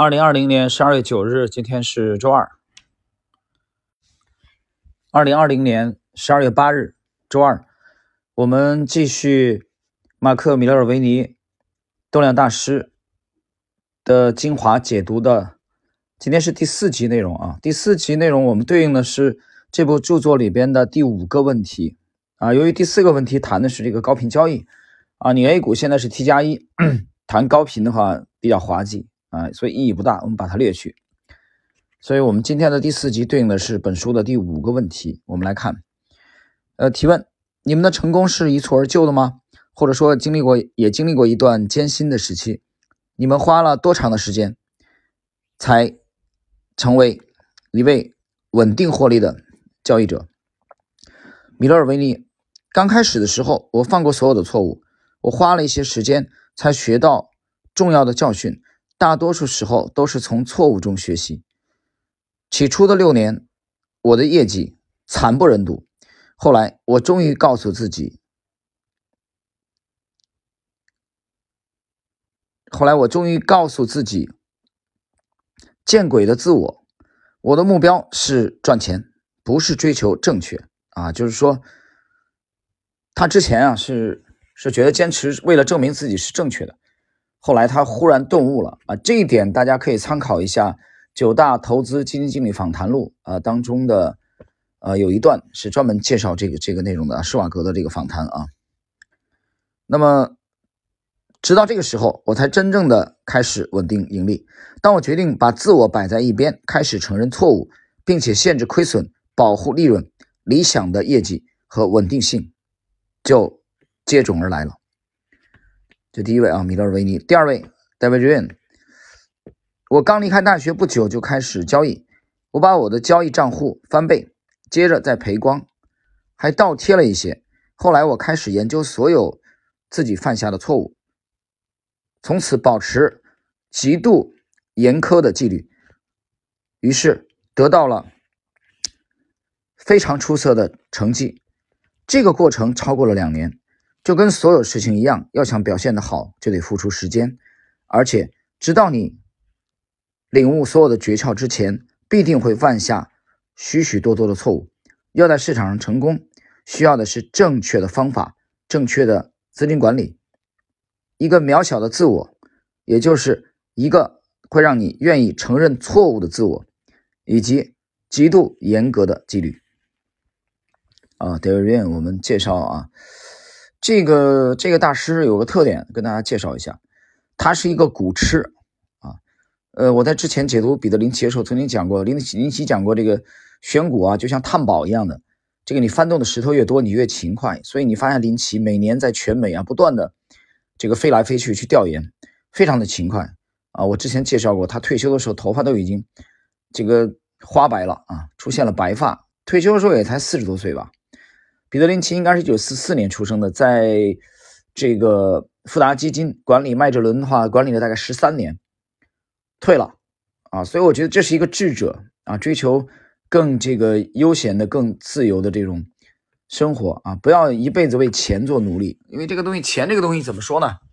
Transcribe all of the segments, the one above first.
2020年12月9日，今天是周二。2020年12月8日，周二，我们继续马克·米勒尔维尼动量大师的精华解读的，今天是第4集内容啊。第4集内容我们对应的是这部著作里边的第5个问题啊。由于第4个问题谈的是这个高频交易啊，你 A 股现在是 T+1， 谈高频的话比较滑稽啊，所以意义不大，我们把它略去。所以我们今天的第4集对应的是本书的第5个问题。我们来看提问：你们的成功是一蹴而就的吗？或者说也经历过一段艰辛的时期？你们花了多长的时间才成为一位稳定获利的交易者？米勒尔维尼：刚开始的时候，我犯过所有的错误，我花了一些时间才学到重要的教训，大多数时候都是从错误中学习。起初的6年，我的业绩惨不忍睹。后来我终于告诉自己，见鬼的自我，我的目标是赚钱，不是追求正确啊。就是说，他之前啊是觉得坚持为了证明自己是正确的，后来他忽然顿悟了啊。这一点大家可以参考一下9大投资基金经理访谈录当中的有一段是专门介绍这个内容的，施瓦格的这个访谈啊。那么直到这个时候，我才真正的开始稳定盈利。当我决定把自我摆在一边，开始承认错误，并且限制亏损，保护利润，理想的业绩和稳定性就接踵而来了。这第一位啊，米勒尔维尼。第二位 David Ryan。我刚离开大学不久就开始交易，我把我的交易账户翻倍，接着再赔光，还倒贴了一些。后来我开始研究所有自己犯下的错误，从此保持极度严苛的纪律，于是得到了非常出色的成绩。这个过程超过了2年，就跟所有事情一样，要想表现得好，就得付出时间，而且直到你领悟所有的诀窍之前，必定会犯下许许多多的错误。要在市场上成功，需要的是正确的方法，正确的资金管理，一个渺小的自我，也就是一个会让你愿意承认错误的自我，以及极度严格的纪律。David Ryan 我们介绍啊，这个大师有个特点跟大家介绍一下，他是一个股痴啊。我在之前解读彼得林奇的时候曾经讲过，林奇讲过这个选股啊，就像探宝一样的，这个你翻动的石头越多，你越勤快。所以你发现林奇每年在全美不断的这个飞来飞去调研，非常的勤快啊。我之前介绍过，他退休的时候头发都已经这个花白了啊，出现了白发。退休的时候也才40多岁吧。彼得林奇应该是1944年出生的，在这个富达基金管理麦哲伦的话，管理了大概13年，退了啊。所以我觉得这是一个智者啊，追求更这个悠闲的、更自由的这种生活啊，不要一辈子为钱做奴隶。因为这个东西，钱这个东西怎么说呢？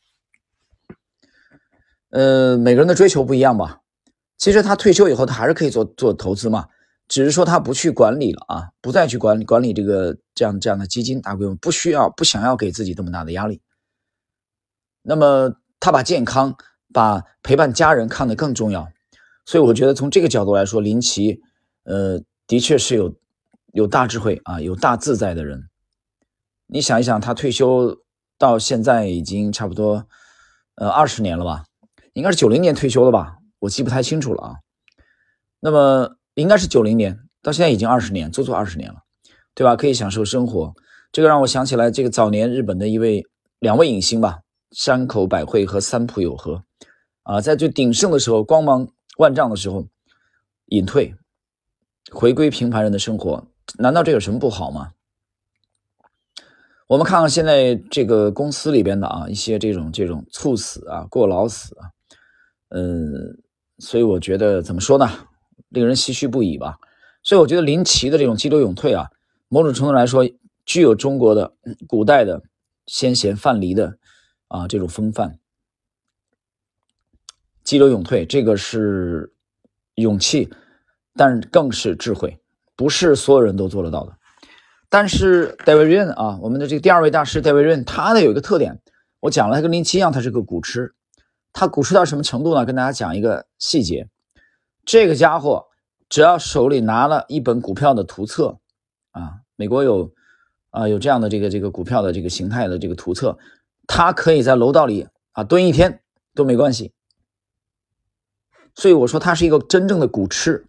每个人的追求不一样吧。其实他退休以后，他还是可以做投资嘛，只是说他不去管理了啊，不再去管理这个这样的基金大规模，不想要给自己这么大的压力。那么他把健康、把陪伴家人看得更重要。所以我觉得从这个角度来说，林奇的确是有大智慧啊，有大自在的人。你想一想，他退休到现在已经差不多20年了吧，应该是90年退休了吧，我记不太清楚了啊。那么应该是90年，到现在已经20年，足足20年了，对吧？可以享受生活。这个让我想起来这个早年日本的2位影星吧，山口百惠和三浦友和啊，在最鼎盛的时候，光芒万丈的时候隐退，回归平凡人的生活，难道这有什么不好吗？我们看看现在这个公司里边的一些这种猝死啊、过劳死啊，所以我觉得怎么说呢，令人唏嘘不已吧。所以我觉得林奇的这种激流勇退啊，某种程度来说具有中国的古代的先贤范蠡的这种风范。 激流勇退，这个是勇气，但更是智慧，不是所有人都做得到的。但是 David Ryan 啊，我们的这个第二位大师 David Ryan， 他的有一个特点，我讲了，他跟林奇一样，他是个股痴。他股痴到什么程度呢？跟大家讲一个细节，这个家伙只要手里拿了一本股票的图册啊，美国有这样的这个股票的这个形态的这个图册，他可以在楼道里蹲一天都没关系。所以我说他是一个真正的股痴。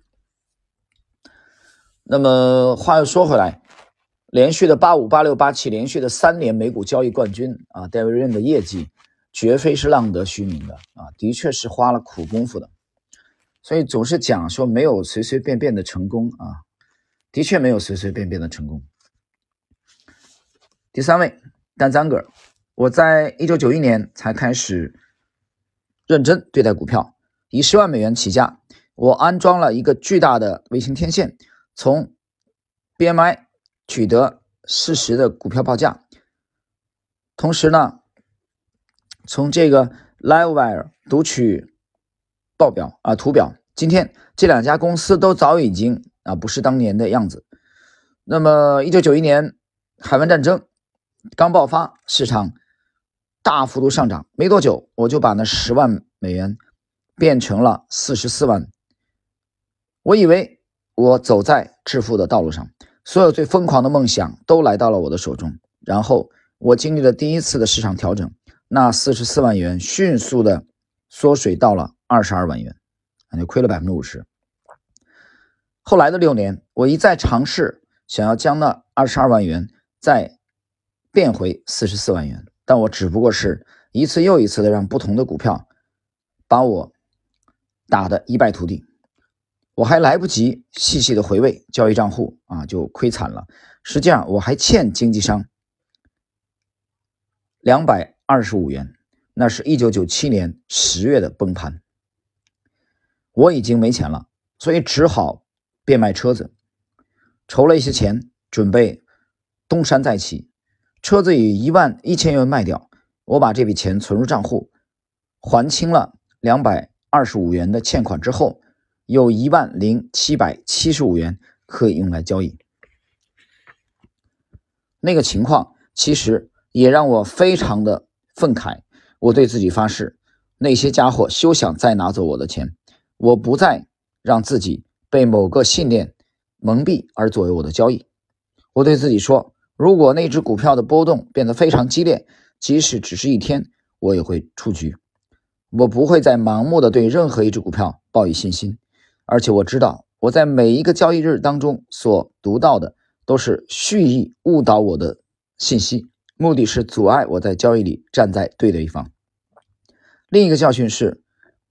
那么话又说回来，连续的85、86、87连续的3年美股交易冠军啊 ，David Ryan 的业绩绝非是浪得虚名的啊，的确是花了苦功夫的。所以总是讲说没有随随便便的成功啊，的确没有随随便便的成功。第3位Dan Zanger， 我在1991年才开始认真对待股票，以10万美元起价，我安装了一个巨大的卫星天线，从 BMI 取得适时的股票报价，同时呢，从这个 Livewire 读取图表。今天这2家公司都早已经不是当年的样子。那么1991年海湾战争刚爆发，市场大幅度上涨，没多久我就把那10万美元变成了44万。我以为我走在致富的道路上，所有最疯狂的梦想都来到了我的手中。然后我经历了第一次的市场调整，那44万元迅速的缩水到了22万元，就亏了 50%。 后来的6年，我一再尝试想要将那22万元再变回44万元，但我只不过是一次又一次的让不同的股票把我打得一败涂地。我还来不及细细的回味交易账户就亏惨了。实际上我还欠经纪商225元，那是1997年10月的崩盘。我已经没钱了，所以只好变卖车子，筹了一些钱，准备东山再起。车子以11000元卖掉，我把这笔钱存入账户，还清了225元的欠款之后，有10775元可以用来交易。那个情况其实也让我非常的愤慨，我对自己发誓，那些家伙休想再拿走我的钱，我不再让自己被某个信念蒙蔽而左右我的交易。我对自己说，如果那只股票的波动变得非常激烈，即使只是一天，我也会出局。我不会再盲目的对任何一只股票抱以信心，而且我知道我在每一个交易日当中所读到的都是蓄意误导我的信息，目的是阻碍我在交易里站在对的一方。另一个教训是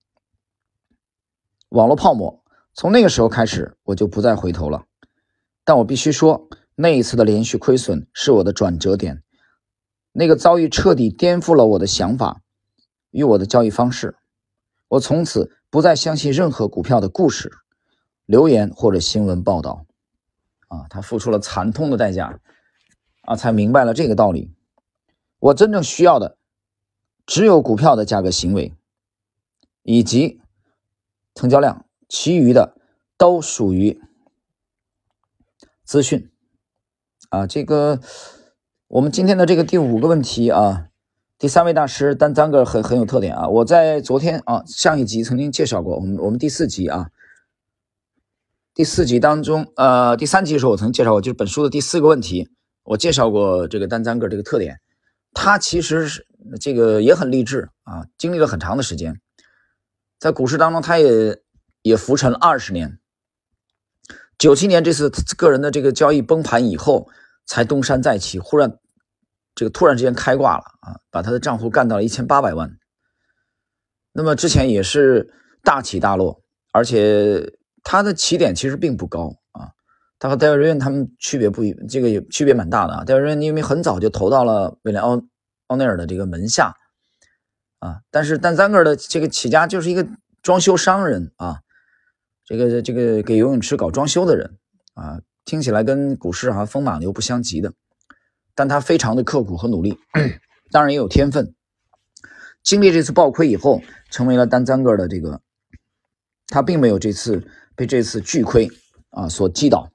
网络泡沫，从那个时候开始我就不再回头了。但我必须说，那一次的连续亏损是我的转折点，那个遭遇彻底颠覆了我的想法与我的交易方式。我从此不再相信任何股票的故事、留言或者新闻报道他付出了惨痛的代价才明白了这个道理。我真正需要的只有股票的价格行为以及成交量，其余的都属于资讯这个我们今天的这个第5个问题第3位大师Dan Zanger很有特点我在昨天上一集曾经介绍过，我们第4集第4集当中第3集的时候我曾介绍过，就是本书的第4个问题，我介绍过这个Dan Zanger这个特点。他其实是这个也很励志经历了很长的时间，在股市当中他也浮沉了20年。97年这次个人的这个交易崩盘以后才东山再起，突然之间开挂了把他的账户干到了1800万。那么之前也是大起大落，而且他的起点其实并不高他和 David Ryan 他们这个也区别蛮大的David Ryan 因为很早就投到了威廉奥内尔的这个门下但是Dan Zanger的这个起家就是一个装修商人这个给游泳池搞装修的人听起来跟股市风马牛不相及的，但他非常的刻苦和努力当然也有天分。 经历这次暴亏以后，成为了Dan Zanger的这个，他并没有被这次巨亏所击倒。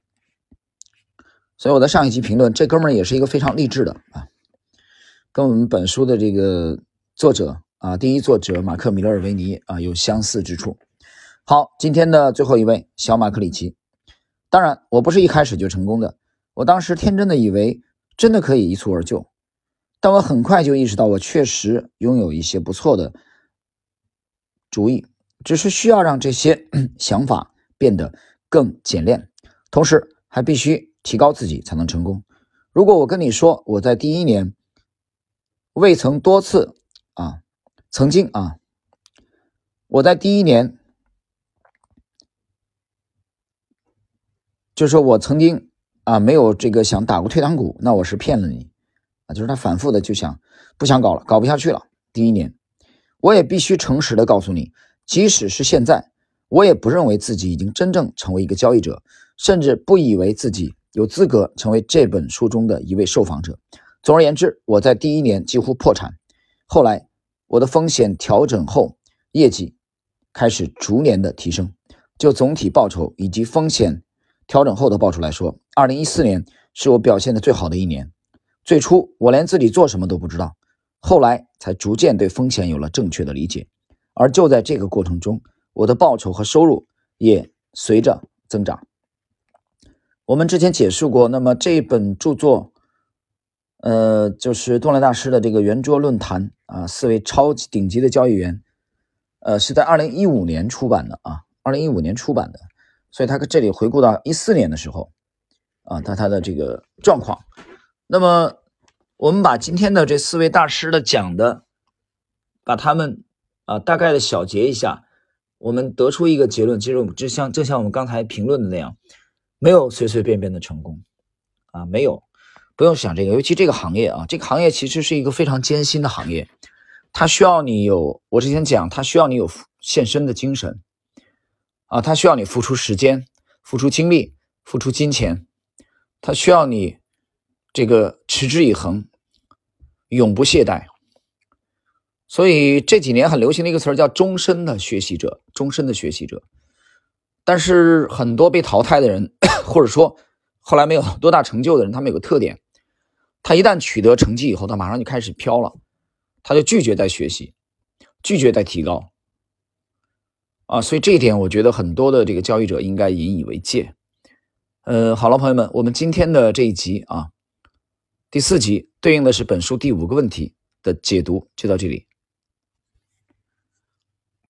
所以我在上一集评论，这哥们儿也是一个非常励志的跟我们本书的这个作者第一作者马克·米勒尔维尼有相似之处。好，今天的最后一位小马克里奇。当然我不是一开始就成功的，我当时天真的以为真的可以一蹴而就，但我很快就意识到我确实拥有一些不错的主意，只是需要让这些想法变得更简练，同时还必须提高自己才能成功。如果我跟你说我在第一年未曾多次曾经我在第一年就是说我曾经没有这个想打过退堂鼓，那我是骗了你就是他反复的就想不想搞了，搞不下去了。第一年我也必须诚实的告诉你，即使是现在，我也不认为自己已经真正成为一个交易者，甚至不以为自己有资格成为这本书中的一位受访者。总而言之，我在第一年几乎破产，后来我的风险调整后业绩开始逐年的提升。就总体报酬以及风险调整后的报酬来说，2014年是我表现的最好的一年。最初我连自己做什么都不知道，后来才逐渐对风险有了正确的理解，而就在这个过程中，我的报酬和收入也随着增长。我们之前解释过，那么这本著作就是多兰大师的这个圆桌论坛4位超级顶级的交易员是在2015年出版的2015年出版的，所以他这里回顾到14年的时候他的这个状况。那么我们把今天的这4位大师的讲的把他们大概的小结一下，我们得出一个结论，其实就像我们刚才评论的那样，没有随随便便的成功没有，不用想这个。尤其这个行业这个行业其实是一个非常艰辛的行业，它需要你有，我之前讲，它需要你有献身的精神它需要你付出时间，付出精力，付出金钱，它需要你这个持之以恒，永不懈怠。所以这几年很流行的一个词叫终身的学习者，终身的学习者。但是很多被淘汰的人或者说后来没有多大成就的人，他们有个特点，他一旦取得成绩以后，他马上就开始飘了，他就拒绝再学习，拒绝再提高所以这一点我觉得很多的这个交易者应该引以为戒。好了朋友们，我们今天的这一集第4集对应的是本书第5个问题的解读就到这里。